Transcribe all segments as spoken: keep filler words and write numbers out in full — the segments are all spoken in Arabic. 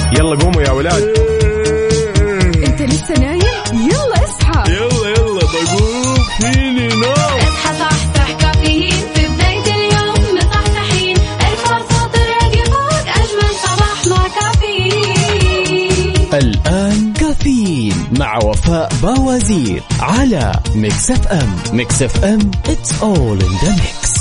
يلا قوموا يا ولاد. انت لسه نايم؟ يلا اصحى. يلا يلا بقوم فيني نوم. اصحى صحصح كافيين في بداية اليوم مصحصحين. الفرصة تراقي فوق أجمل صباح مع كافيين. الآن كافيين مع وفاء باوزير على ميكس اف ام. ميكس اف ام it's all in the mix.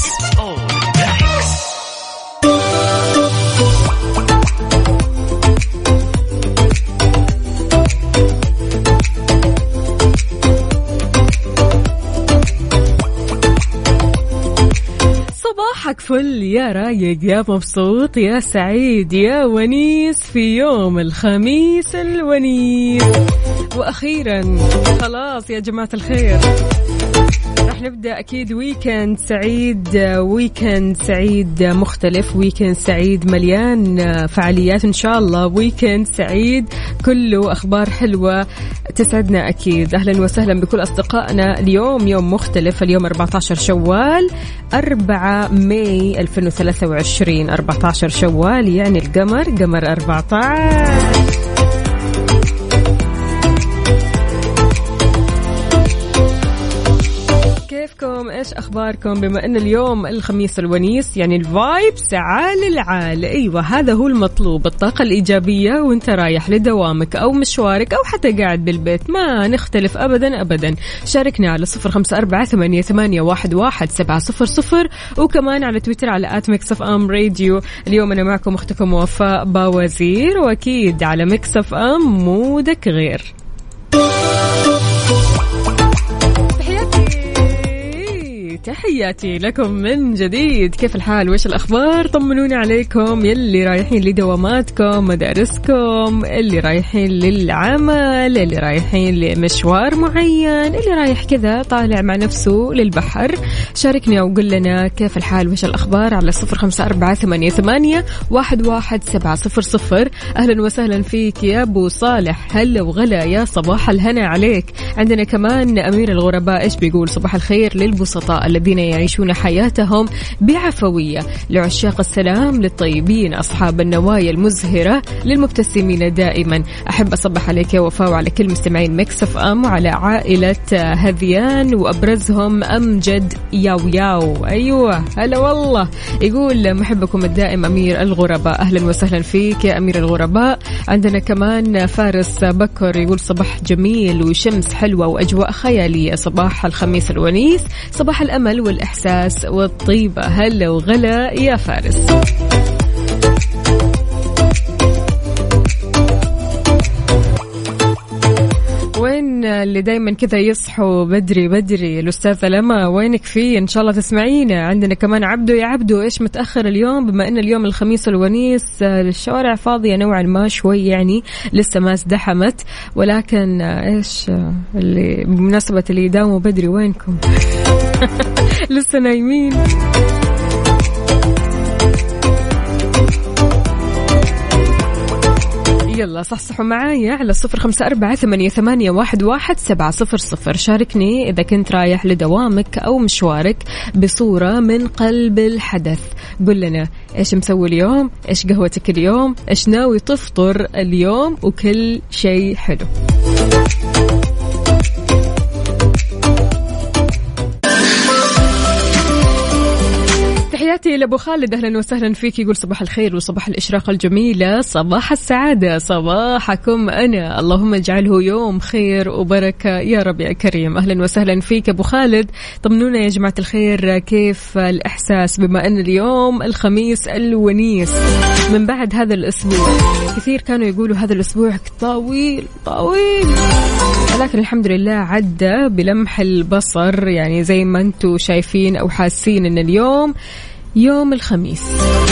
صباحك فل يا رايق يا مبسوط يا سعيد يا ونيس في يوم الخميس الونيس. وأخيرا خلاص يا جماعة الخير راح نبدأ أكيد ويكند سعيد، ويكند سعيد مختلف، ويكند سعيد مليان فعاليات إن شاء الله، ويكند سعيد كله أخبار حلوة تسعدنا أكيد. أهلا وسهلا بكل أصدقائنا. اليوم يوم مختلف، اليوم أربعة عشر شوال أربعة ماي ألفين وثلاثة وعشرين. أربعة عشر شوال يعني القمر قمر أربعة عشر. كيفكم؟ إيش أخباركم؟ بما أن اليوم الخميس الونيس يعني الفايبس عال العال. أيوة هذا هو المطلوب، الطاقة الإيجابية وانت رايح لدوامك أو مشوارك أو حتى قاعد بالبيت، ما نختلف أبدا أبدا. شاركنا على صفر خمسة أربعة ثمانية ثمانية واحد واحد سبعة صفر صفر، وكمان على تويتر على آت ميكس أف أم راديو. اليوم أنا معكم أختكم وفاء باوزير، وأكيد على ميكس أف أم مودك غير. تحياتي لكم من جديد. كيف الحال وإيش الأخبار؟ طمنوني عليكم يلي رايحين لدواماتكم، مدارسكم، اللي رايحين للعمل، اللي رايحين لمشوار معين، اللي رايح كذا طالع مع نفسه للبحر. شاركني وقول لنا كيف الحال وإيش الأخبار على صفر خمسة أربعة ثمانية ثمانية واحد واحد سبعة صفر صفر. أهلا وسهلا فيك يا أبو صالح، هلا وغلا، يا صباح الهنا عليك. عندنا كمان أمير الغرباء، إيش بيقول؟ صباح الخير للبسطاء الذين يعيشون حياتهم بعفوية، لعشاق السلام، للطيبين، أصحاب النوايا المزهرة، للمبتسمين دائما. أحب أصبح عليك يا وفاء وعلى كل مستمعين ميكس اف ام، وعلى عائلة هذيان وأبرزهم أمجد ياو ياو. أيوة هلا والله. يقول محبكم الدائم أمير الغرباء. أهلا وسهلا فيك يا أمير الغرباء. عندنا كمان فارس بكر يقول صباح جميل وشمس حلوة وأجواء خيالية، صباح الخميس الونيس، صباح الأمل والإحساس والطيبة. هلا وغلا يا فارس. وين اللي دايما كذا يصحوا بدري بدري؟ الأستاذة لما وينك فيه؟ إن شاء الله تسمعينا. عندنا كمان عبدو. يا عبدو إيش متأخر اليوم؟ بما أن اليوم الخميس الونيس الشوارع فاضية نوعا ما شوي، يعني لسه ما ازدحمت، ولكن إيش اللي بمناسبة اللي يداوموا بدري وينكم؟ لسه نايمين؟ يلا صحصحوا معايا على صفر خمسة أربعة ثمانية ثمانية واحد واحد سبعة صفر صفر. شاركني إذا كنت رايح لدوامك أو مشوارك بصورة من قلب الحدث. قل لنا إيش مسوي اليوم، إيش قهوتك اليوم، إيش ناوي تفطر اليوم، وكل شيء حلو. تحياتي لأبو خالد، أهلا وسهلا فيك. يقول صباح الخير وصباح الإشراقة الجميلة، صباح السعادة، صباحكم أنا، اللهم اجعله يوم خير وبركة يا رب يا كريم. أهلا وسهلا فيك أبو خالد. طمنونا يا جماعة الخير كيف الإحساس بما أن اليوم الخميس الونيس من بعد هذا الأسبوع. كثير كانوا يقولوا هذا الأسبوع طويل طويل، ولكن الحمد لله عدى بلمح البصر، يعني زي ما أنتوا شايفين أو حاسين أن اليوم يوم الخميس.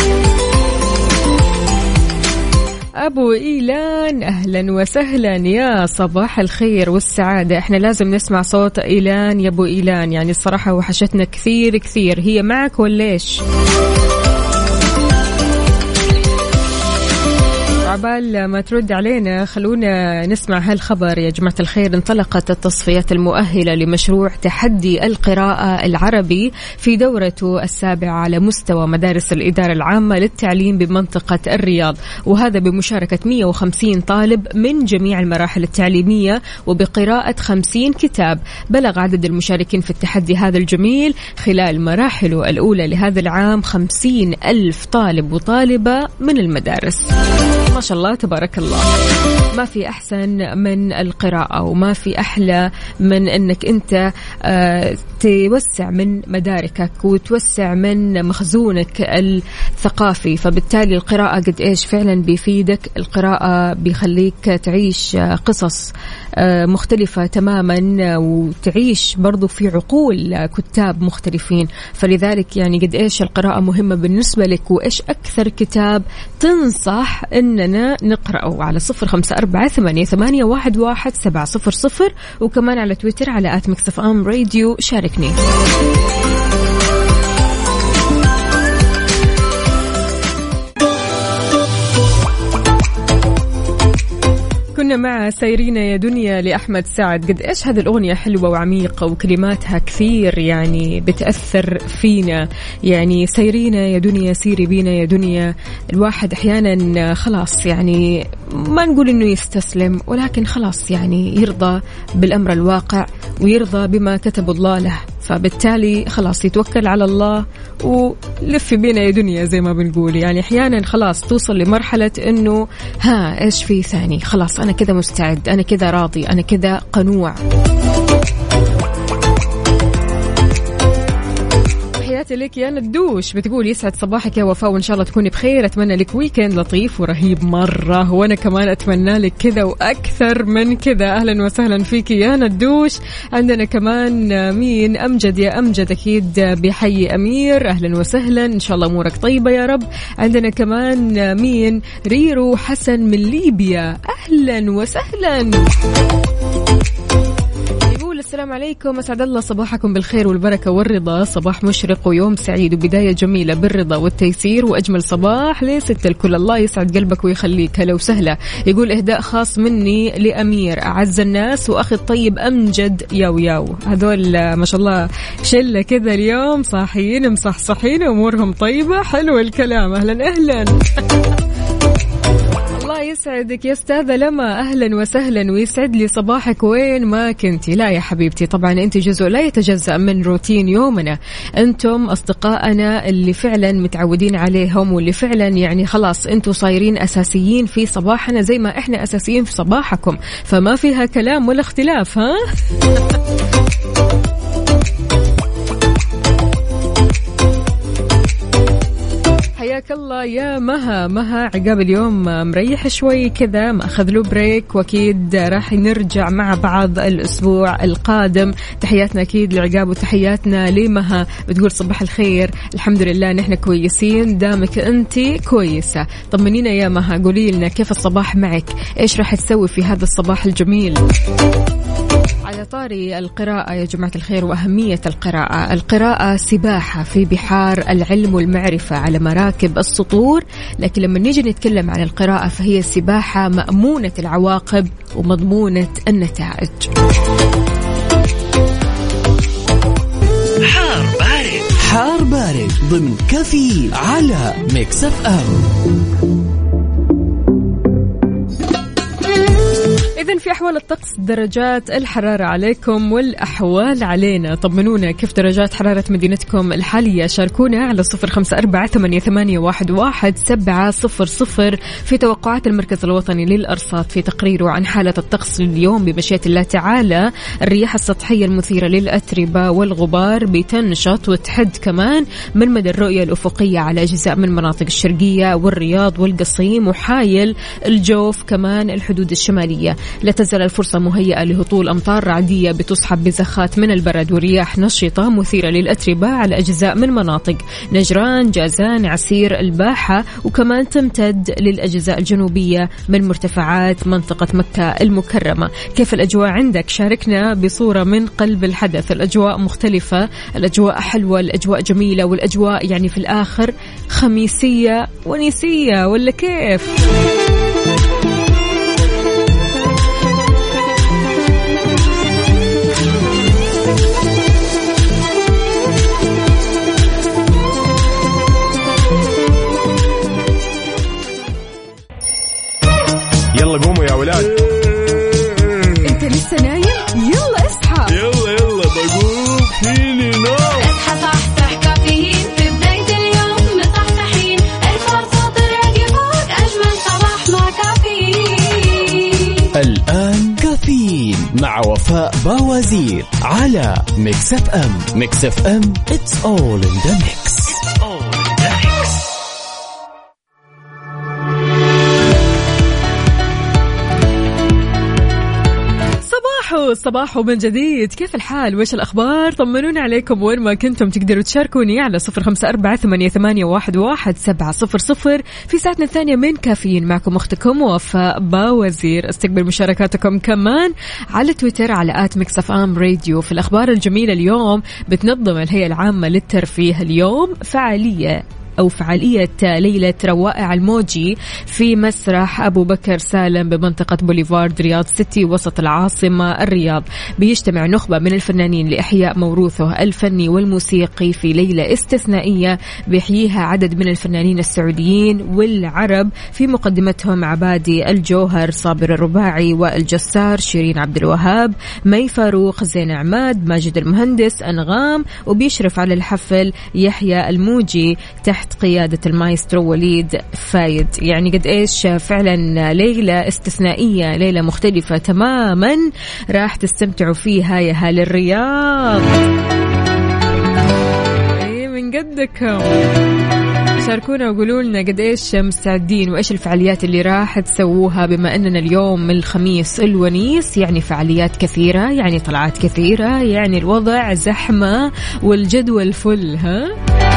أبو إيلان أهلا وسهلا، يا صباح الخير والسعادة. إحنا لازم نسمع صوت إيلان يا أبو إيلان، يعني الصراحة وحشتنا كثير كثير. هي معك ولا إيش؟ عبال ما ترد علينا خلونا نسمع هالخبر يا جماعة الخير. انطلقت التصفيات المؤهلة لمشروع تحدي القراءة العربي في دورته السابعة على مستوى مدارس الإدارة العامة للتعليم بمنطقة الرياض، وهذا بمشاركة مئة وخمسين طالب من جميع المراحل التعليمية وبقراءة خمسين كتاب. بلغ عدد المشاركين في التحدي هذا الجميل خلال مراحله الأولى لهذا العام خمسين ألف طالب وطالبة من المدارس. ما شاء الله تبارك الله. ما في أحسن من القراءة وما في أحلى من أنك أنت توسع من مداركك وتوسع من مخزونك الثقافي. فبالتالي القراءة قد إيش فعلا بيفيدك. القراءة بيخليك تعيش قصص مختلفة تماما وتعيش برضو في عقول كتاب مختلفين. فلذلك يعني قد إيش القراءة مهمة بالنسبة لك، وإيش أكثر كتاب تنصح أننا نقرأه على صفر خمسة أربعة ثمانية ثمانية واحد واحد سبعة صفر صفر، وكمان على تويتر على آت ميكس إف إم راديو. شاركني. كنا مع سيرينا يا دنيا لأحمد سعد. قد إيش هذه الأغنية حلوة وعميقة وكلماتها كثير يعني بتأثر فينا. يعني سيرينا يا دنيا، سيري بينا يا دنيا. الواحد أحيانا خلاص يعني ما نقول إنه يستسلم، ولكن خلاص يعني يرضى بالأمر الواقع ويرضى بما كتب الله له. فبالتالي خلاص يتوكل على الله ولف بينا يا دنيا زي ما بنقول. يعني أحيانا خلاص توصل لمرحلة إنه ها إيش في ثاني، خلاص أنا كذا مستعد، أنا كذا راضي، أنا كذا قنوع. تحياتي لك يا ندوش، بتقول يسعد صباحك يا وفاء وإن شاء الله تكوني بخير. أتمنى لك ويكند لطيف ورهيب مرة، وأنا كمان أتمنى لك كذا وأكثر من كذا. أهلا وسهلا فيك يا ندوش. عندنا كمان مين؟ أمجد يا أمجد، أكيد بحي أمير. أهلا وسهلا، إن شاء الله أمورك طيبة يا رب. عندنا كمان مين؟ ريرو حسن من ليبيا، أهلا وسهلا. السلام عليكم، أسعد الله صباحكم بالخير والبركة والرضا. صباح مشرق ويوم سعيد وبداية جميلة بالرضا والتيسير، وأجمل صباح لست الكل. الله يسعد قلبك ويخليك. هلا وسهلا. يقول إهداء خاص مني لأمير أعز الناس وأخي الطيب أمجد ياو ياو. هذول ما شاء الله شلة كذا اليوم صاحيين مصحصحين أمورهم طيبة. حلو الكلام. أهلا أهلا. الله يسعدك يا أستاذة لما، أهلا وسهلا ويسعد لي صباحك وين ما كنتي. لا يا حبيبتي، طبعا أنت جزء لا يتجزأ من روتين يومنا. أنتم أصدقائنا اللي فعلا متعودين عليهم واللي فعلا يعني خلاص أنتم صايرين أساسيين في صباحنا زي ما إحنا أساسيين في صباحكم، فما فيها كلام ولا اختلاف. ها حياك الله يا مها. مها عقاب اليوم مريح شوي كذا، ما أخذ له بريك، وأكيد راح نرجع مع بعض الأسبوع القادم. تحياتنا أكيد لعقاب وتحياتنا لمها. بتقول صباح الخير، الحمد لله نحن كويسين دامك أنتي كويسة. طمنينا يا مها، قولي لنا كيف الصباح معك، إيش راح تسوي في هذا الصباح الجميل. على طاري القراءة يا جماعة الخير وأهمية القراءة، القراءة سباحة في بحار العلم والمعرفة على مراكب السطور، لكن لما نيجي نتكلم عن القراءة فهي سباحة مأمونة العواقب ومضمونة النتائج. حار بارد، حار بارد ضمن كفي على ميكس إف إم. إذن في أحوال الطقس، درجات الحرارة عليكم والأحوال علينا. طمنونا كيف درجات حرارة مدينتكم الحالية. شاركونا على صفر خمسة أربعة ثمانية ثمانية واحد واحد سبعة صفر صفر في توقعات المركز الوطني للأرصاد في تقريره عن حالة الطقس اليوم بمشيئة الله تعالى. الرياح السطحية المثيرة للأتربة والغبار بتنشط وتحد كمان من مدى الرؤية الأفقية على أجزاء من مناطق الشرقية والرياض والقصيم وحايل الجوف كمان الحدود الشمالية. لا تزال الفرصة مهيئة لهطول أمطار رعدية بتصحب بزخات من البرد ورياح نشطة مثيرة للأتربة على أجزاء من مناطق نجران، جازان، عسير، الباحة، وكمان تمتد للأجزاء الجنوبية من مرتفعات منطقة مكة المكرمة. كيف الأجواء عندك؟ شاركنا بصورة من قلب الحدث. الأجواء مختلفة، الأجواء حلوة، الأجواء جميلة، والأجواء يعني في الآخر خميسية ونسية ولا كيف؟ يلا قوموا يا ولاد. انت لسه نايم؟ يلا اصحى. يلا يلا بقوم فيني نوم. اصحى صحصح كافيين في بداية اليوم مصحصحين، ارفع صوت الراديو فوق أجمل صباح مع كافيين. الآن كافيين مع وفاء باوزير على ميكس اف ام. ميكس اف ام it's all in the mix. صباحو من جديد، كيف الحال؟ وإيش الأخبار؟ طمنوني عليكم وين ما كنتم. تقدروا تشاركوني على صفر خمسة أربعة ثمانية ثمانية واحد واحد سبعة صفر صفر في ساعتنا الثانية من كافيين. معكم أختكم وفاء باوزير. استقبل مشاركاتكم كمان على تويتر على آت ميكس اف ام راديو. في الأخبار الجميلة اليوم بتنظم الهيئة العامة للترفيه اليوم فعالية أو فعالية ليلة روائع الموجي في مسرح أبو بكر سالم بمنطقة بوليفارد رياض سيتي وسط العاصمة الرياض. بيجتمع نخبة من الفنانين لإحياء موروثه الفني والموسيقي في ليلة استثنائية بيحييها عدد من الفنانين السعوديين والعرب، في مقدمتهم عبادي الجوهر، صابر الرباعي، والجسار، شيرين عبد الوهاب، مي فاروق، زين عماد، ماجد المهندس، أنغام. وبيشرف على الحفل يحيى الموجي تحت قيادة المايسترو وليد فايد. يعني قد إيش فعلا ليلة استثنائية، ليلة مختلفة تماما راح تستمتعوا فيها يا أهل الرياض. إيه من قدكم، شاركونا وقولوا لنا قد إيش مستعدين وإيش الفعاليات اللي راح تسووها، بما أننا اليوم الخميس الونيس، يعني فعاليات كثيرة، يعني طلعات كثيرة، يعني الوضع زحمة والجدول فل. ها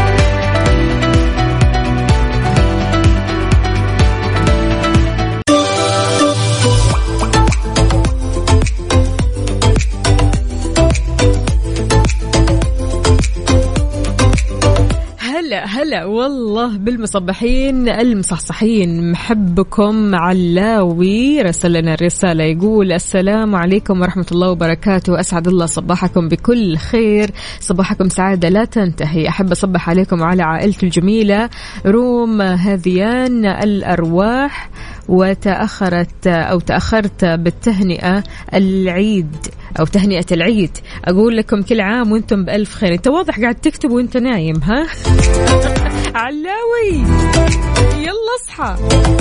هلا هلا والله بالمصبحين المصحصحين. محبكم علاوي رسل لنا الرسالة يقول السلام عليكم ورحمة الله وبركاته، أسعد الله صباحكم بكل خير، صباحكم سعادة لا تنتهي. أحب أصبح عليكم وعلى عائلتي الجميلة روم هذيان الأرواح، وتأخرت أو تأخرت بالتهنئة العيد أو تهنئة العيد. أقول لكم كل عام وانتم بألف خير. انت واضح قاعد تكتب وانت نايم. ها علاوي يلا اصحى.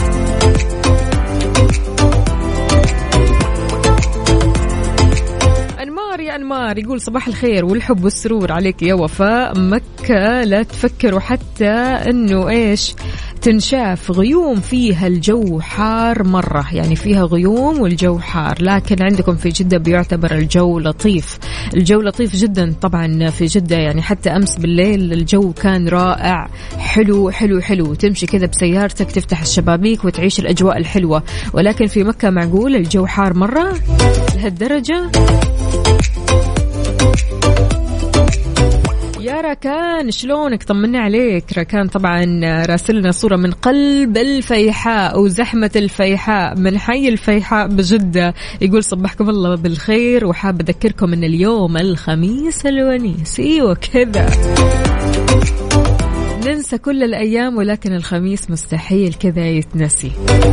أنمار يا أنمار يقول صباح الخير والحب والسرور عليك يا وفاء. مكة لا تفكروا حتى أنه إيش تنشاف، غيوم فيها الجو حار مرة، يعني فيها غيوم والجو حار، لكن عندكم في جدة بيعتبر الجو لطيف. الجو لطيف جدا طبعا في جدة، يعني حتى أمس بالليل الجو كان رائع، حلو حلو حلو، تمشي كذا بسيارتك تفتح الشبابيك وتعيش الأجواء الحلوة. ولكن في مكة معقول الجو حار مرة لهالدرجة؟ يا راكان شلونك؟ طمنا عليك. راكان طبعا راسلنا صورة من قلب الفيحاء وزحمة الفيحاء من حي الفيحاء بجدة. يقول صبحكم الله بالخير، وحاب أذكركم أن اليوم الخميس الونيس. ايوه كذا، ننسى كل الأيام ولكن الخميس مستحيل كذا يتنسي.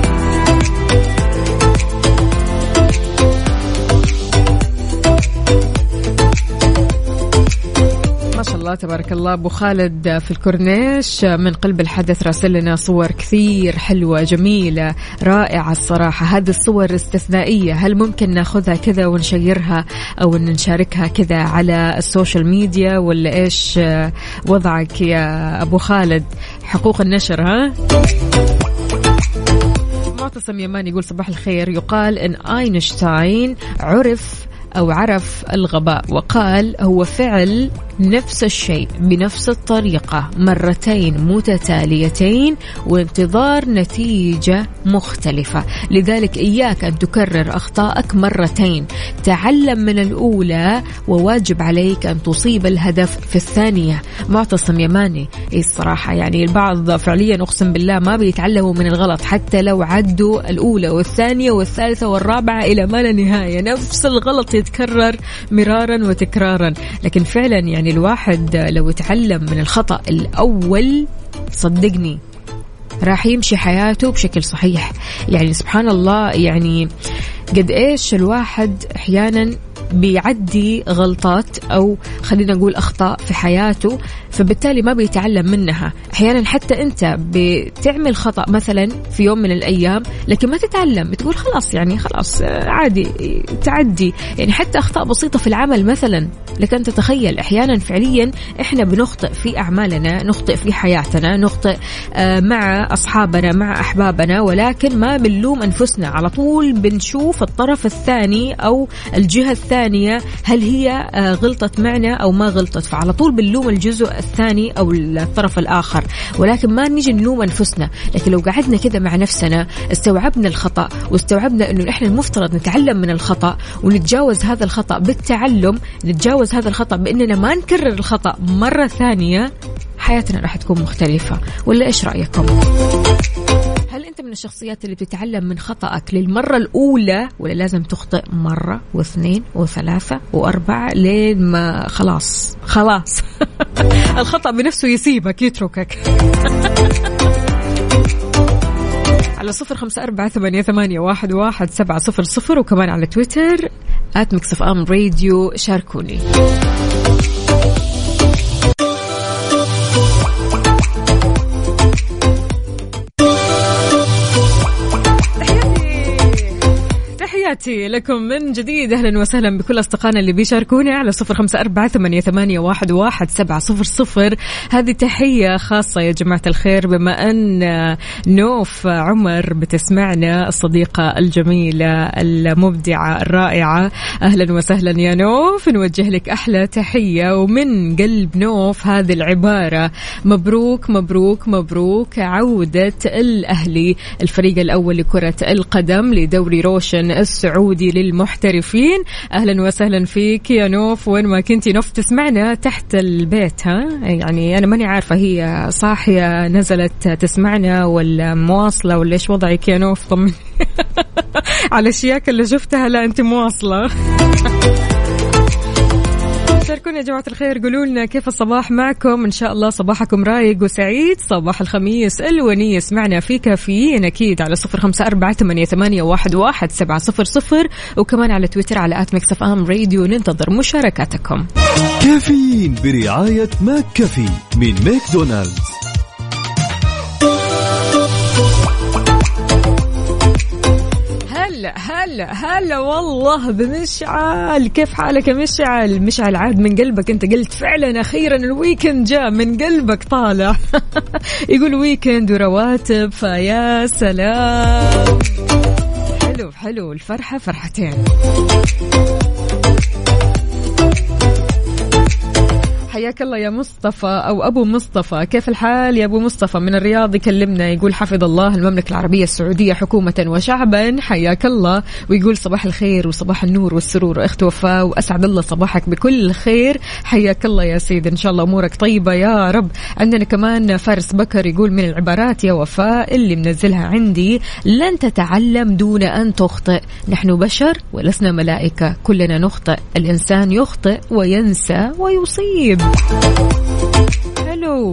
ما شاء الله تبارك الله. أبو خالد في الكورنيش من قلب الحدث راسل لنا صور كثير حلوة جميلة رائعة الصراحة. هذه الصور استثنائية، هل ممكن ناخذها كذا ونشيرها أو نشاركها كذا على السوشيال ميديا ولا إيش وضعك يا أبو خالد؟ حقوق النشر. ها معتصم يمان يقول صباح الخير. يقال إن أينشتاين عرف أو عرف الغباء وقال هو فعل نفس الشيء بنفس الطريقة مرتين متتاليتين وانتظار نتيجة مختلفة، لذلك إياك أن تكرر أخطائك مرتين، تعلم من الأولى وواجب عليك أن تصيب الهدف في الثانية. معتصم يماني إيه الصراحة، يعني البعض فعليا أقسم بالله ما بيتعلموا من الغلط حتى لو عدوا الأولى والثانية والثالثة والرابعة إلى ما لا نهاية، نفس الغلط يتكرر مرارا وتكرارا. لكن فعلا يعني الواحد لو يتعلم من الخطأ الأول صدقني راح يمشي حياته بشكل صحيح. يعني سبحان الله، يعني قد إيش الواحد أحيانا بيعدي غلطات أو خلينا نقول أخطاء في حياته، فبالتالي ما بيتعلم منها. أحيانا حتى أنت بتعمل خطأ مثلا في يوم من الأيام لكن ما تتعلم، بتقول خلاص يعني خلاص عادي تعدي. يعني حتى أخطاء بسيطة في العمل مثلا، لكن تتخيل أحيانا فعليا إحنا بنخطئ في أعمالنا، نخطئ في حياتنا، نخطئ مع أصحابنا مع أحبابنا، ولكن ما بنلوم أنفسنا. على طول بنشوف الطرف الثاني أو الجهة الثانية هل هي غلطت معنا أو ما غلطت، فعلى طول بنلوم الجزء الثاني أو الطرف الآخر، ولكن ما نيجي نلوم أنفسنا. لكن لو قعدنا كذا مع نفسنا، استوعبنا الخطأ واستوعبنا أنه إحنا المفترض نتعلم من الخطأ ونتجاوز هذا الخطأ بالتعلم، نتجاوز هذا الخطأ بأننا ما نكرر الخطأ مرة ثانية، حياتنا راح تكون مختلفة. ولا إيش رأيكم؟ هل أنت من الشخصيات اللي بتتعلم من خطأك للمرة الأولى، ولا لازم تخطئ مرة واثنين وثلاثة وأربعة لين ما خلاص خلاص الخطأ بنفسه يسيبك يتركك؟ على صفر خمسة أربعة ثمانية ثمانية واحد واحد سبعة صفر صفر، وكمان على تويتر آت ميكس إف إم راديو، شاركوني. تحياتي لكم من جديد، أهلا وسهلا بكل أصدقائنا اللي بيشاركوني على صفر خمسة أربعة ثمانية ثمانية واحد واحد سبعة صفر صفر. هذه تحية خاصة يا جماعة الخير، بما أن نوف عمر بتسمعنا، الصديقة الجميلة المبدعة الرائعة، أهلا وسهلا يا نوف، نوجه لك أحلى تحية ومن قلب نوف هذه العبارة: مبروك مبروك مبروك عودة الأهلي، الفريق الأول لكرة القدم لدوري روشن السعودي للمحترفين. أهلا وسهلا فيك يا نوف، وين ما كنتي نوف تسمعنا تحت البيت. ها يعني أنا ماني عارفة هي صاحية نزلت تسمعنا ولا مواصلة ولا إيش وضعك يا نوف؟ طمني على الشياكة اللي شفتها، لا أنت مواصلة. شاركونا يا جماعة الخير، قولوا لنا كيف الصباح معكم، إن شاء الله صباحكم رايق وسعيد، صباح الخميس الونيس معنا في كافيين أكيد على صفر خمسة أربعة ثمانية ثمانية واحد واحد سبعة صفر صفر، وكمان على تويتر على آت ميكس إف إم راديو، ننتظر مشاركاتكم. كافيين برعاية ماك كافي من ماكدونالدز. هلا هلا هلا والله بمشعل، كيف حالك يا مشعل؟ مشعل عاد من قلبك، انت قلت فعلا اخيرا الويكند جاء، من قلبك طالع. يقول ويكند ورواتب، فيا سلام، حلو حلو، الفرحة فرحتين. حياك الله يا مصطفى أو أبو مصطفى، كيف الحال يا أبو مصطفى من الرياض؟ يكلمنا يقول حفظ الله المملكة العربية السعودية حكومة وشعبا، حياك الله. ويقول صباح الخير وصباح النور والسرور أخت وفاء، وأسعد الله صباحك بكل خير، حياك الله يا سيد، إن شاء الله أمورك طيبة يا رب. عندنا كمان فارس بكر يقول من العبارات يا وفاء اللي منزلها عندي: لن تتعلم دون أن تخطئ، نحن بشر ولسنا ملائكة، كلنا نخطئ، الإنسان يخطئ وينسى ويصيب. حلو.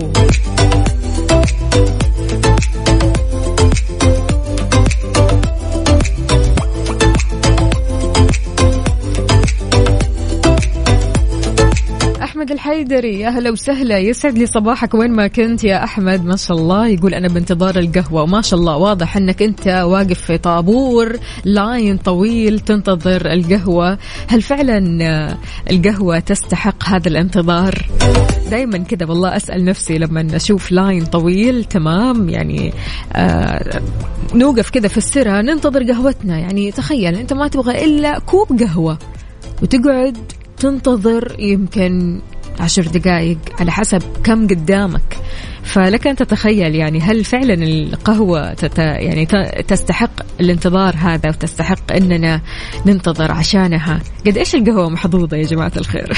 أحمد الحيدري، يا هلا وسهلا، يسعد لي صباحك وين ما كنت يا أحمد، ما شاء الله. يقول أنا بانتظار القهوة، وما شاء الله واضح أنك أنت واقف في طابور لاين طويل تنتظر القهوة. هل فعلا القهوة تستحق هذا الانتظار؟ دايما كده والله أسأل نفسي لما أشوف لاين طويل، تمام يعني آه نوقف كده في السرة ننتظر قهوتنا. يعني تخيل أنت ما تبغى إلا كوب قهوة وتقعد تنتظر يمكن عشر دقائق على حسب كم قدامك، فلك أن تتخيل يعني هل فعلا القهوة تت يعني تستحق الانتظار هذا وتستحق أننا ننتظر عشانها؟ قد إيش القهوة محظوظة يا جماعة الخير.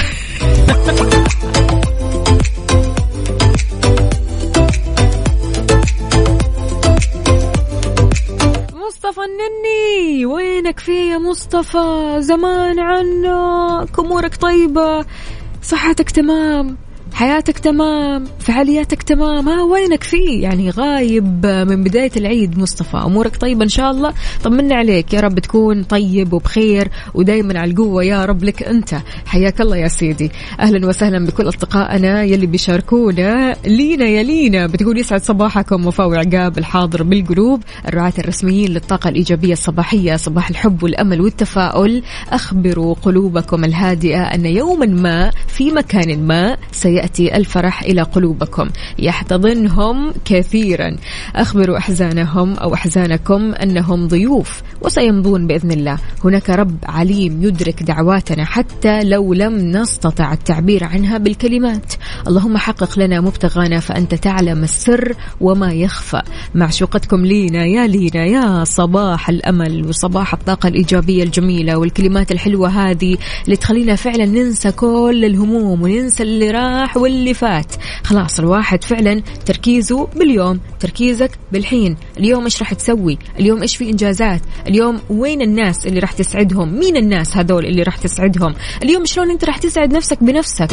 مصطفى النني، وينك فيه يا مصطفى؟ زمان عنك، أمورك طيبة، صحتك تمام؟ حياتك تمام، فعالياتك تمام، ها وينك فيه؟ يعني غايب من بداية العيد مصطفى. أمورك طيبة إن شاء الله؟ طمنا عليك، يا رب تكون طيب وبخير ودايما على القوة يا رب لك أنت. حياك الله يا سيدي. أهلا وسهلا بكل أصدقائنا يلي بيشاركونا. لينا يا لينا بتقول يسعد صباحكم وفاء وعقاب الحاضر بالجروب الرعاة الرسميين للطاقة الإيجابية الصباحية، صباح الحب والأمل والتفاؤل. أخبروا قلوبكم الهادئة أن يوما ما في مكان ما سيأتي الفرح إلى قلوبكم يحتضنهم كثيرا. أخبروا أحزانهم أو أحزانكم أنهم ضيوف وسيمضون بإذن الله. هناك رب عليم يدرك دعواتنا حتى لو لم نستطع التعبير عنها بالكلمات. اللهم حقق لنا مبتغانا فأنت تعلم السر وما يخفى. معشوقتكم لينا يا لينا، يا صباح الأمل وصباح الطاقة الإيجابية الجميلة والكلمات الحلوة هذه اللي تخلينا فعلا ننسى كل الهموم وننسى اللي راح واللي فات. خلاص الواحد فعلا تركيزه باليوم، تركيزك بالحين. اليوم ايش راح تسوي؟ اليوم ايش في إنجازات؟ اليوم وين الناس اللي راح تسعدهم؟ مين الناس هذول اللي راح تسعدهم؟ اليوم شلون انت راح تسعد نفسك بنفسك؟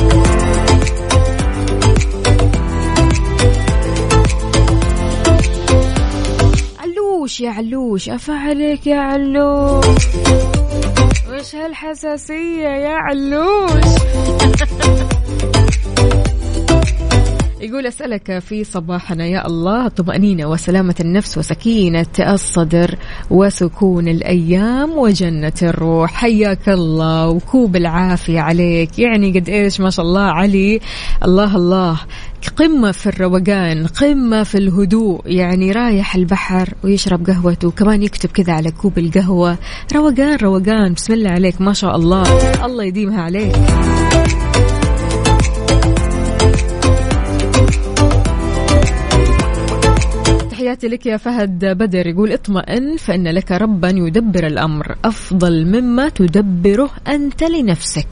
علوش يا علوش، أفعلك يا علوش، وش هالحساسية يا علوش؟ يقول أسألك في صباحنا يا الله الطمأنينة وسلامة النفس وسكينة الصدر وسكون الأيام وجنة الروح. حياك الله وكوب العافية عليك. يعني قد إيش ما شاء الله علي، الله الله، قمة في الروقان، قمة في الهدوء. يعني رايح البحر ويشرب قهوته وكمان يكتب كذا على كوب القهوة. روقان روقان، بسم الله عليك ما شاء الله، الله يديمها عليك. تحياتي لك يا فهد بدر. يقول اطمئن فإن لك ربا يدبر الأمر أفضل مما تدبره أنت لنفسك.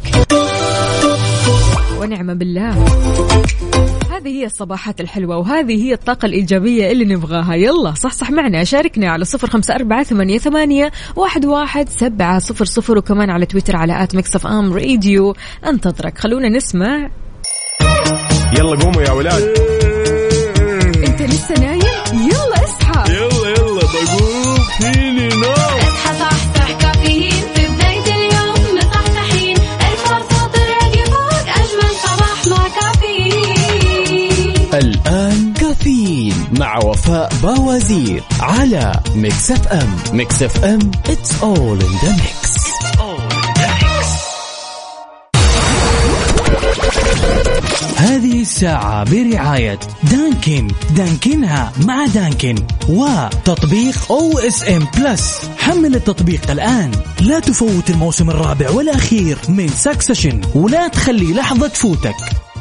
ونعم بالله. هذه هي الصباحات الحلوة وهذه هي الطاقة الإيجابية اللي نبغاها. يلا صح صح معنا، شاركنا على صفر خمسة أربعة ثمانية ثمانية واحد واحد سبعة صفر صفر وكمان على تويتر على آت ميكس أف أم راديو. انتظرك، خلونا نسمع. يلا قوموا يا ولاد. انت لسه نايم؟ يلا اصحى. يلا يلا بقوم فيني نوم. اصحى صحصح كافيين في بداية اليوم مصحصحين. الفرصة تراقي فوق أجمل صباح مع كافيين. الآن كافيين مع وفاء باوزير على ميكس اف ام. ميكس اف ام it's all in the mix. هذه الساعة برعاية دانكن. دانكنها مع دانكن وتطبيق أو إس إم بلس. حمل التطبيق الآن. لا تفوت الموسم الرابع والأخير من سكسشن ولا تخلي لحظة تفوتك.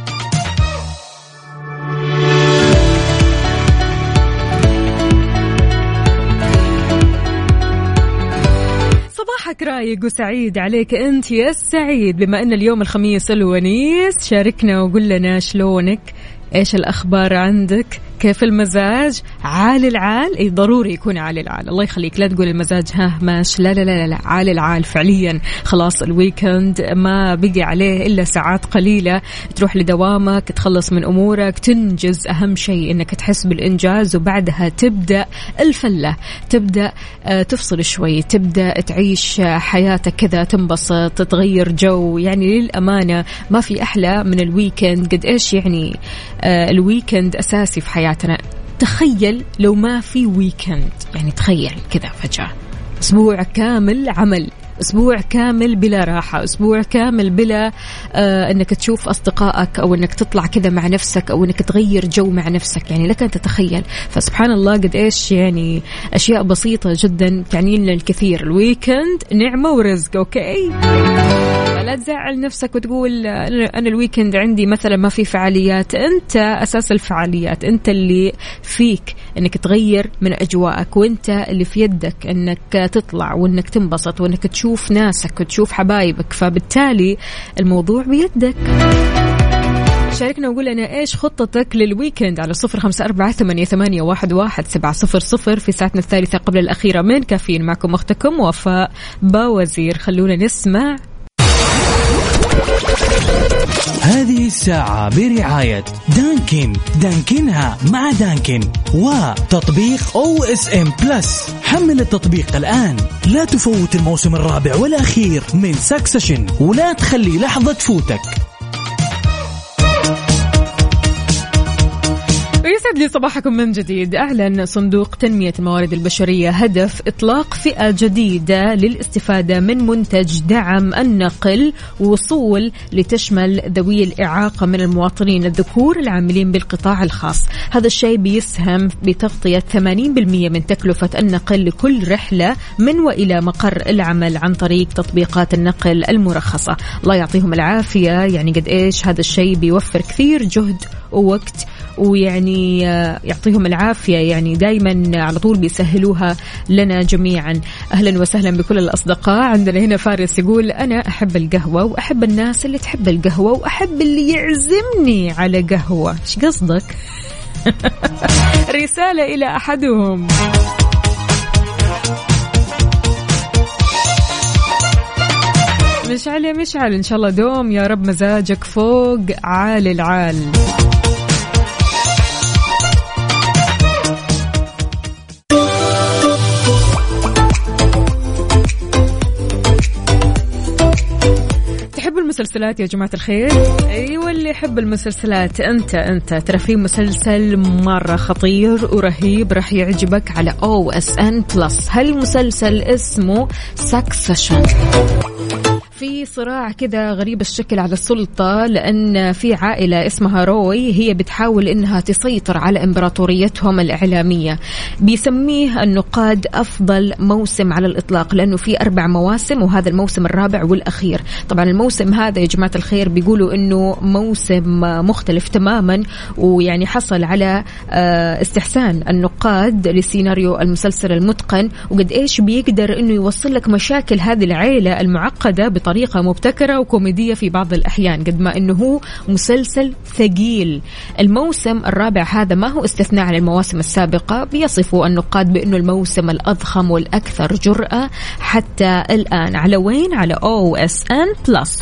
صباحك رايق وسعيد عليك أنت يا السعيد. بما أن اليوم الخميس الونيس، شاركنا وقول لنا شلونك، إيش الأخبار عندك، كيف المزاج؟ عالي العال؟ اي ضروري يكون عالي العال. الله يخليك لا تقول المزاج ها ماش، لا لا لا لا، عالي العال فعليا. خلاص الويكند ما بقي عليه إلا ساعات قليلة، تروح لدوامك، تخلص من أمورك، تنجز. أهم شيء إنك تحس بالإنجاز وبعدها تبدأ الفلة، تبدأ تفصل شوي، تبدأ تعيش حياتك كذا، تنبسط، تتغير جو. يعني للأمانة ما في أحلى من الويكند. قد إيش يعني الويكند أساسي في حياتنا. تخيل لو ما في ويكند، يعني تخيل كذا فجأة أسبوع كامل عمل، أسبوع كامل بلا راحة، أسبوع كامل بلا آه أنك تشوف أصدقائك أو أنك تطلع كذا مع نفسك أو أنك تغير جو مع نفسك. يعني لك أن تتخيل. فسبحان الله قد إيش يعني أشياء بسيطة جدا تعني لنا الكثير. الويكند نعمة ورزق. أوكي لا تزعل نفسك وتقول أنا الويكند عندي مثلا ما في فعاليات. أنت أساس الفعاليات، أنت اللي فيك أنك تغير من أجواءك، وأنت اللي في يدك أنك تطلع وأنك تنبسط وأنك تشوف ناسك وتشوف حبايبك. فبالتالي الموضوع بيدك. شاركنا وقول لنا إيش خطتك للويكند على صفر خمسة أربعة ثمانية ثمانية واحد واحد سبعة صفر صفر في ساعتنا الثالثة قبل الأخيرة من كافيين. معكم أختكم وفاء باوزير. خلونا نسمع. هذه الساعة برعاية دانكن، دانكنها مع دانكن، وتطبيق أو إس إم بلس. حمل التطبيق الآن. لا تفوت الموسم الرابع والأخير من سكسشن، ولا تخلي لحظة تفوتك. يسعد لي صباحكم من جديد. أعلن صندوق تنمية الموارد البشرية هدف إطلاق فئة جديدة للاستفادة من منتج دعم النقل وصول لتشمل ذوي الإعاقة من المواطنين الذكور العاملين بالقطاع الخاص. هذا الشيء بيسهم بتغطية ثمانين بالمئة من تكلفة النقل لكل رحلة من وإلى مقر العمل عن طريق تطبيقات النقل المرخصة. الله يعطيهم العافية، يعني قد إيش هذا الشيء بيوفر كثير جهد ووقت، ويعني يعطيهم العافية، يعني دايما على طول بيسهلوها لنا جميعا. أهلا وسهلا بكل الأصدقاء. عندنا هنا فارس يقول أنا أحب القهوة وأحب الناس اللي تحب القهوة وأحب اللي يعزمني على قهوة. إيش قصدك؟ رسالة إلى أحدهم. مشعل يا مشعل، إن شاء الله دوم يا رب، مزاجك فوق عال العال. المسلسلات يا جماعة الخير؟ أيوة اللي يحب المسلسلات أنت أنت ترى في مسلسل مرة خطير ورهيب راح يعجبك على أو إس إن بلس. هالمسلسل اسمه سكسشن. في صراع كذا غريب الشكل على السلطة، لأن في عائلة اسمها روي هي بتحاول إنها تسيطر على إمبراطوريتهم الإعلامية. بيسميه النقاد أفضل موسم على الإطلاق، لأنه في أربع مواسم وهذا الموسم الرابع والأخير. طبعا الموسم هذا يا جماعة الخير بيقولوا إنه موسم مختلف تماما، ويعني حصل على استحسان النقاد لسيناريو المسلسل المتقن، وقد إيش بيقدر إنه يوصل لك مشاكل هذه العائلة المعقدة بطريقة مبتكرة وكوميدية في بعض الأحيان، قد ما إنه هو مسلسل ثقيل. الموسم الرابع هذا ما هو استثناء عن المواسم السابقة، بيصفوا النقاد بأنه الموسم الأضخم والأكثر جرأة حتى الآن. على وين؟ على أو إس إن بلس.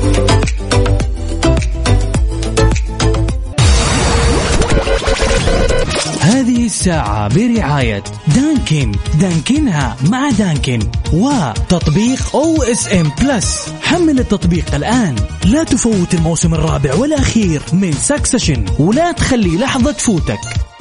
هذه الساعة برعاية دانكن، دانكنها مع دانكن، وتطبيق أو إس إم بلس. حمل التطبيق الآن. لا تفوت الموسم الرابع والأخير من سكسشن، ولا تخلي لحظة تفوتك.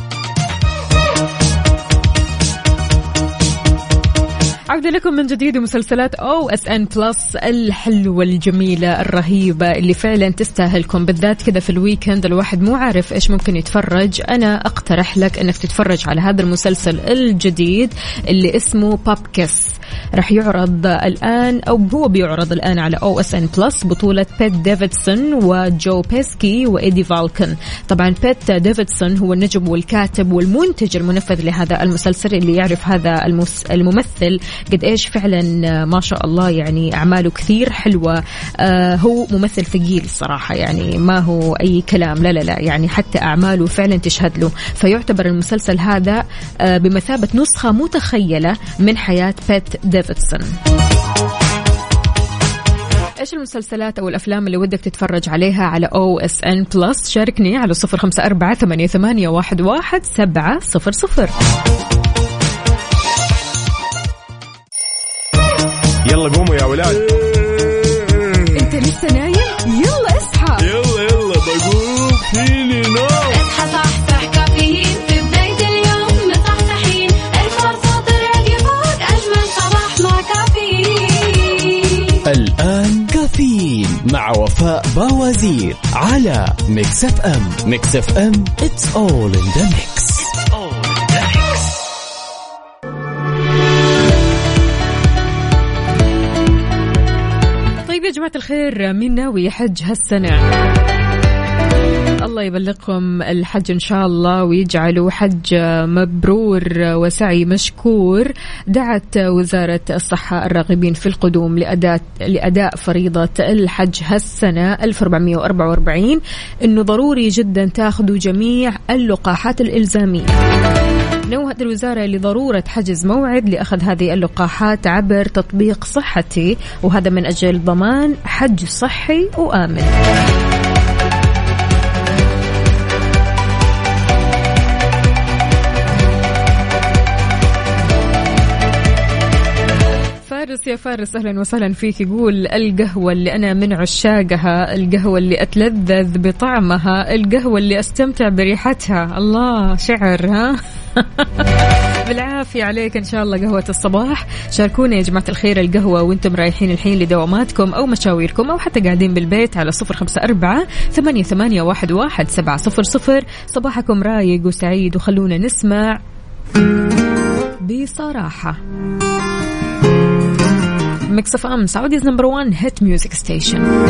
عودة لكم من جديد. مسلسلات أو إس إن بلس الحلوة الجميلة الرهيبة اللي فعلا تستاهلكم، بالذات كذا في الويكند الواحد مو عارف إيش ممكن يتفرج. أنا أقترح لك أنك تتفرج على هذا المسلسل الجديد اللي اسمه بابكس. رح يعرض الآن أو هو بيعرض الآن على أو إس إن بلس، بطولة بيت ديفيدسون وجو بيسكي وإيدي فالكن. طبعا بيت ديفيدسون هو النجم والكاتب والمنتج المنفذ لهذا المسلسل، اللي يعرف هذا الممثل قد إيش فعلا ما شاء الله يعني أعماله كثير حلوة. آه هو ممثل ثقيل صراحة، يعني ما هو أي كلام، لا لا لا يعني حتى أعماله فعلا تشهد له. فيعتبر المسلسل هذا آه بمثابة نسخة متخيلة من حياة بيت ديفيدسون. إيش المسلسلات أو الأفلام اللي ودك تتفرج عليها على أو إس إن بلس؟ شاركني على صفر خمسة أربعة ثمانية ثمانية واحد واحد سبعة صفر صفر. يلا قوموا يا ولاد. انت لسه نايم؟ يلا اصحى. يلا يلا بقوم فيني نوم. اصحى صحصح كافيين في بداية اليوم مصحصحين، الفرصة تراقي فوق أجمل صباح مع كافيين. الآن كافيين مع وفاء باوزير على ميكس اف ام. ميكس اف ام it's all in the mix. يا جماعة الخير، مين ناوي يحج هالسنة؟ الله يبلغكم الحج إن شاء الله ويجعله حج مبرور وسعي مشكور. دعت وزارة الصحة الراغبين في القدوم لأداء لأداء فريضة الحج هالسنة ألف وأربعمائة وأربعة وأربعين إنه ضروري جدا تاخذوا جميع اللقاحات الإلزامية. نوهت الوزارة لضرورة حجز موعد لأخذ هذه اللقاحات عبر تطبيق صحتي، وهذا من أجل ضمان حج صحي وآمن. فارس يا فارس أهلا وسهلا فيك، يقول القهوة اللي أنا من عشاقها، القهوة اللي أتلذذ بطعمها، القهوة اللي أستمتع بريحتها. الله شعر ها. بالعافية عليك إن شاء الله قهوة الصباح. شاركونا يا جماعة الخير القهوة وانتم رايحين الحين لدواماتكم أو مشاويركم أو حتى قاعدين بالبيت على صفر خمسة أربعة ثمانية ثمانية واحد واحد سبعة صفر صفر. صباحكم رايق وسعيد وخلونا نسمع بصراحة. ميكس اف ام سعوديز نمبر وان هيت ميوزك ستيشن.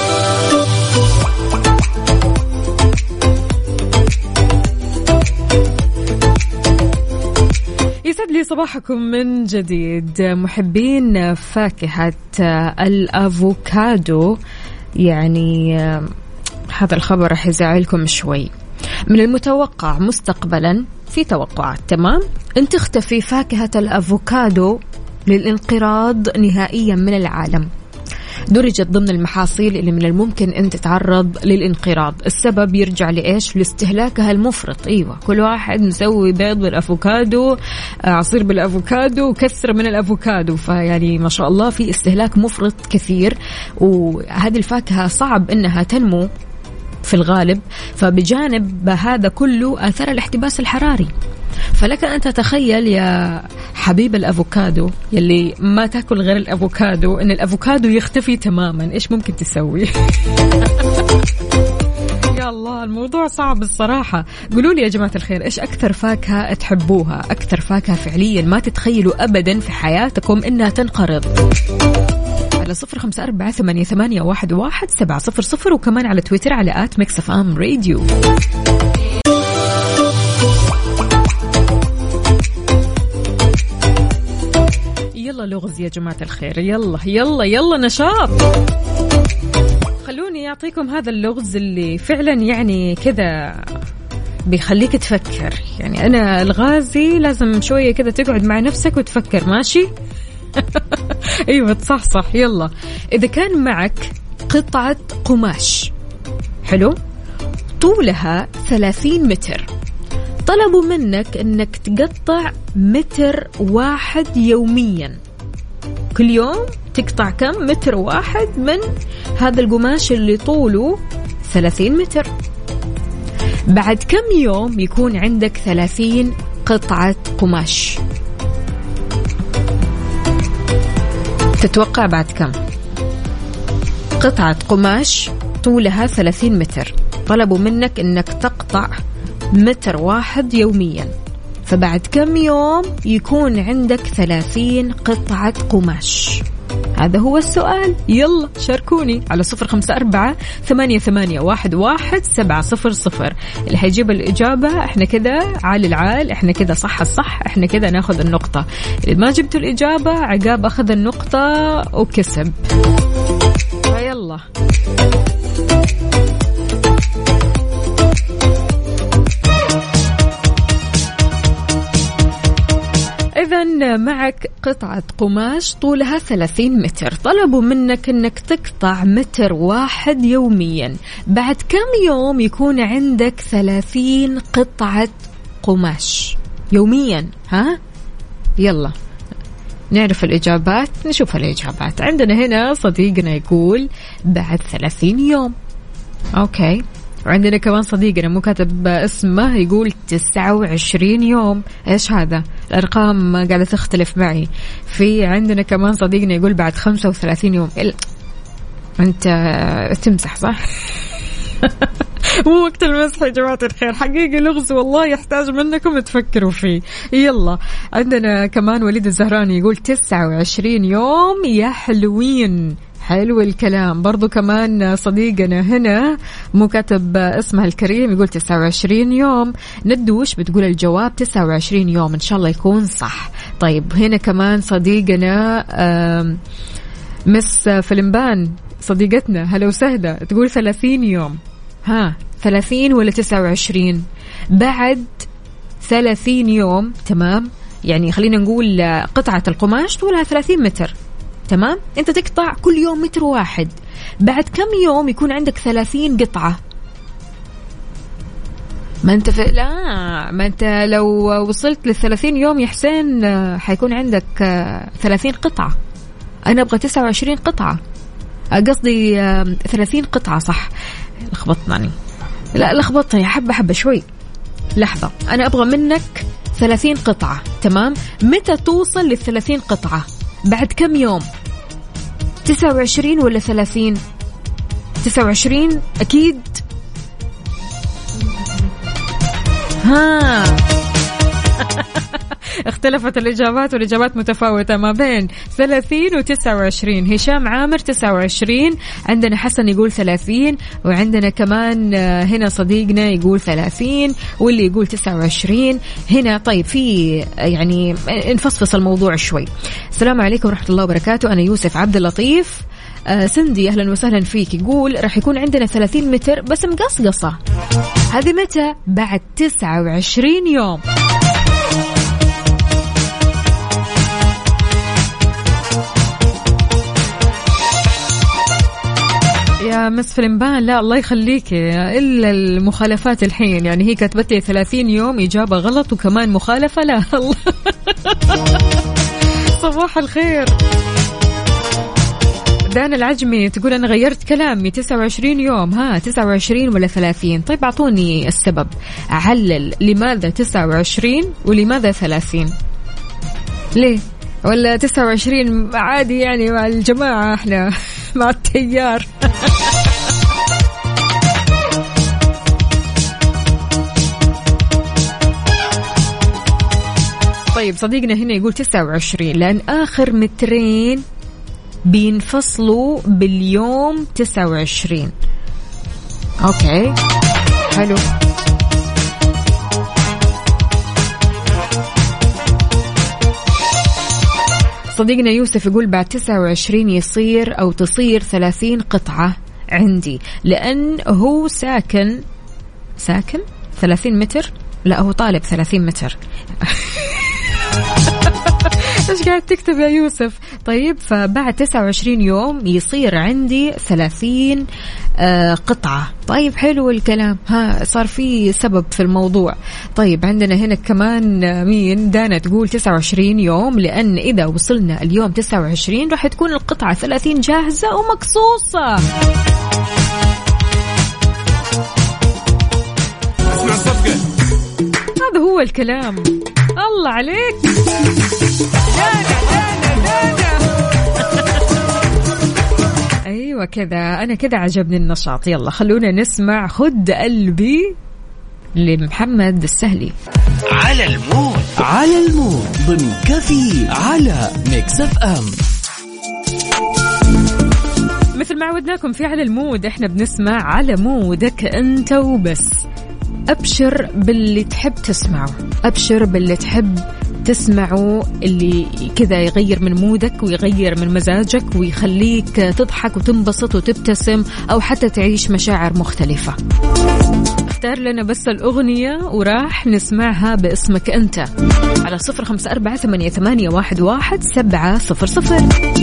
يسعد لي صباحكم من جديد محبين فاكهة الأفوكادو. يعني هذا الخبر رح يزعلكم شوي. من المتوقع مستقبلا في توقعات تمام أن تختفي فاكهة الأفوكادو للانقراض نهائيا من العالم. درجت ضمن المحاصيل اللي من الممكن أن تتعرض للانقراض. السبب يرجع لإيش؟ لاستهلاكها المفرط. أيوة كل واحد مسوي بيض بالأفوكادو، عصير بالأفوكادو، كثرة من الأفوكادو، فيعني ما شاء الله في استهلاك مفرط كثير، وهذه الفاكهة صعب أنها تنمو في الغالب. فبجانب هذا كله آثار الاحتباس الحراري. فلك أن تتخيل يا حبيب الأفوكادو يلي ما تأكل غير الأفوكادو إن الأفوكادو يختفي تماما، إيش ممكن تسوي؟ يا الله الموضوع صعب الصراحة. قولوا لي يا جماعة الخير إيش أكثر فاكهة تحبوها؟ أكثر فاكهة فعليا ما تتخيلوا أبدا في حياتكم إنها تنقرض. على صفر خمسة أربعة ثمانية ثمانية واحد واحد سبعة صفر صفر، وكمان على تويتر على آت ميكس اف ام راديو. يلا لغز يا جماعة الخير، يلا يلا يلا نشاط. خلوني أعطيكم هذا اللغز اللي فعلا يعني كذا بيخليك تفكر. يعني أنا الغازي لازم شوية كذا تقعد مع نفسك وتفكر، ماشي؟ أيوة تصحصح. يلا إذا كان معك قطعة قماش حلو طولها ثلاثين متر، طلبوا منك أنك تقطع متر واحد يوميا، كل يوم تقطع كم؟ متر واحد من هذا القماش اللي طوله ثلاثين متر. بعد كم يوم يكون عندك ثلاثين قطعة قماش؟ تتوقع بعد كم؟ قطعة قماش طولها ثلاثين متر، طلبوا منك أنك تقطع متر واحد يوميا، فبعد كم يوم يكون عندك ثلاثين قطعة قماش؟ هذا هو السؤال. يلا شاركوني على صفر خمسة أربعة ثمانية ثمانية واحد واحد سبعة صفر صفر. اللي هيجيب الإجابة احنا كده عال العال، احنا كده صح الصح، احنا كده ناخذ النقطة. اللي ما جبتوا الإجابة عقاب أخذ النقطة وكسب. فيلا إذن معك قطعة قماش طولها ثلاثين متر، طلبوا منك أنك تقطع متر واحد يوميا، بعد كم يوم يكون عندك ثلاثين قطعة قماش يوميا؟ ها يلا نعرف الإجابات، نشوف الإجابات. عندنا هنا صديقنا يقول بعد ثلاثين يوم، أوكي. وعندنا كمان صديقنا مو كاتب اسمه يقول تسعة وعشرين يوم. إيش هذا؟ الأرقام قاعدة تختلف معي. في عندنا كمان صديقنا يقول بعد خمسة وثلاثين يوم. إل... أنت تمزح صح؟ مو وقت المزح يا جماعة الخير، حقيقي لغز والله يحتاج منكم تفكروا فيه. يلا عندنا كمان وليد الزهراني يقول تسعة وعشرين يوم يا حلوين. حلو الكلام. برضو كمان صديقنا هنا مو كاتب اسمها الكريم يقول تسعة وعشرين يوم. ندوش بتقول الجواب تسعة وعشرين يوم، إن شاء الله يكون صح. طيب هنا كمان صديقنا مس فلمبان صديقتنا هلا وسهلا تقول ثلاثين يوم. ها ثلاثين ولا تسعة وعشرين؟ بعد ثلاثين يوم، تمام؟ يعني خلينا نقول قطعة القماش طولها ثلاثين متر، تمام؟ أنت تقطع كل يوم متر واحد، بعد كم يوم يكون عندك ثلاثين قطعة. ما أنت ف... لا ما أنت لو وصلت للثلاثين يوم يا حسين حيكون عندك ثلاثين قطعة. أنا أبغى تسعة وعشرين قطعة، قصدي ثلاثين قطعة، صح؟ لخبطني، لا لخبطني حبة حبة شوي. لحظة، أنا أبغى منك ثلاثين قطعة، تمام؟ متى توصل للثلاثين قطعة؟ بعد كم يوم؟ تسعة وعشرين ولا ثلاثين؟ تسعة وعشرين أكيد. ها اختلفت الإجابات، والإجابات متفاوتة ما بين ثلاثين و تسعة وعشرين. هشام عامر تسعة وعشرين، عندنا حسن يقول ثلاثين، وعندنا كمان هنا صديقنا يقول ثلاثين، واللي يقول تسعة وعشرين هنا. طيب في يعني نفصفص الموضوع شوي. السلام عليكم ورحمة الله وبركاته، أنا يوسف عبد اللطيف. آه سندي أهلا وسهلا فيك، يقول راح يكون عندنا ثلاثين متر بس مقصقصة. هذه متى؟ بعد تسعة وعشرين يوم. يا مس فلمبان، لا الله يخليك، إلا المخالفات الحين. يعني هي كتبت لي ثلاثين يوم إجابة غلط وكمان مخالفة. لا الله صباح الخير. دانا العجمي تقول أنا غيرت كلامي، تسعة وعشرين يوم. ها تسعة وعشرين ولا ثلاثين؟ طيب أعطوني السبب، أعلل لماذا تسعة وعشرين ولماذا ثلاثين؟ ليه؟ ولا تسعة وعشرين عادي يعني مع الجماعة، احنا مع التيار. طيب صديقنا هنا يقول تسعة وعشرين لأن آخر مترين بينفصلوا باليوم تسعة وعشرين. أوكي حلو. صديقنا يوسف يقول بعد تسعة وعشرين يصير أو تصير ثلاثين قطعة عندي، لأن هو ساكن ساكن ثلاثين متر. لا هو طالب ثلاثين متر. إيش قاعد تكتب يا يوسف؟ طيب فبعد تسعة وعشرين يوم يصير عندي ثلاثين آه قطعة. طيب حلو الكلام، ها صار في سبب في الموضوع. طيب عندنا هنا كمان مين؟ دانا تقول تسعة وعشرين يوم لأن إذا وصلنا اليوم تسعة وعشرين راح تكون القطعة ثلاثين جاهزة ومقصوصة. اسمع الصفقة، هذا هو الكلام. الله عليك دانا دانا دانا. أيوة كذا، أنا كذا عجبني النشاط. يلا خلونا نسمع خد قلبي لمحمد السهلي. على المود على المود ضمن كفي على ميكس اف ام. مثل ما عودناكم في على المود احنا بنسمع على مودك انت وبس. أبشر باللي تحب تسمعه، أبشر باللي تحب تسمعه، اللي كذا يغير من مودك ويغير من مزاجك ويخليك تضحك وتنبسط وتبتسم أو حتى تعيش مشاعر مختلفة. اختار لنا بس الأغنية وراح نسمعها باسمك أنت على صفر خمسة أربعة ثمانية ثمانية واحد واحد سبعة صفر صفر.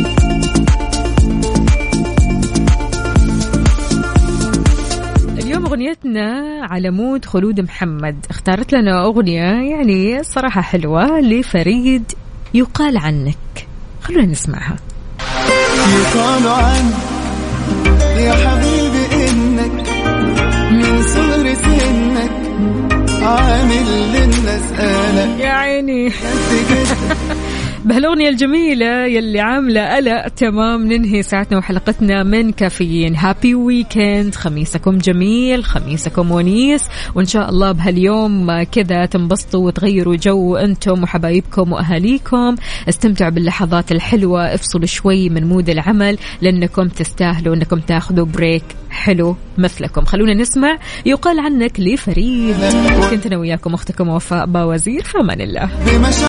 أغنيتنا على مود خلود محمد اختارت لنا أغنية يعني صراحة حلوة لفريد، يقال عنك. خلونا نسمعها. يقال عنك يا حبيبي إنك من صغر سنك عامل للناس قلق يا عيني. بهالأغنية الجميلة يلي عاملة قلق تمام ننهي ساعتنا وحلقتنا من كافيين. هابي ويكند، خميسكم جميل، خميسكم ونيس، وإن شاء الله بهاليوم كذا تنبسطوا وتغيروا جو أنتم وحبايبكم وأهاليكم. استمتعوا باللحظات الحلوة، افصلوا شوي من مود العمل لأنكم تستاهلوا أنكم تاخذوا بريك حلو مثلكم. خلونا نسمع يقال عنك لفريد. كنت أنا وياكم أختكم وفاء باوزير، فمان الله.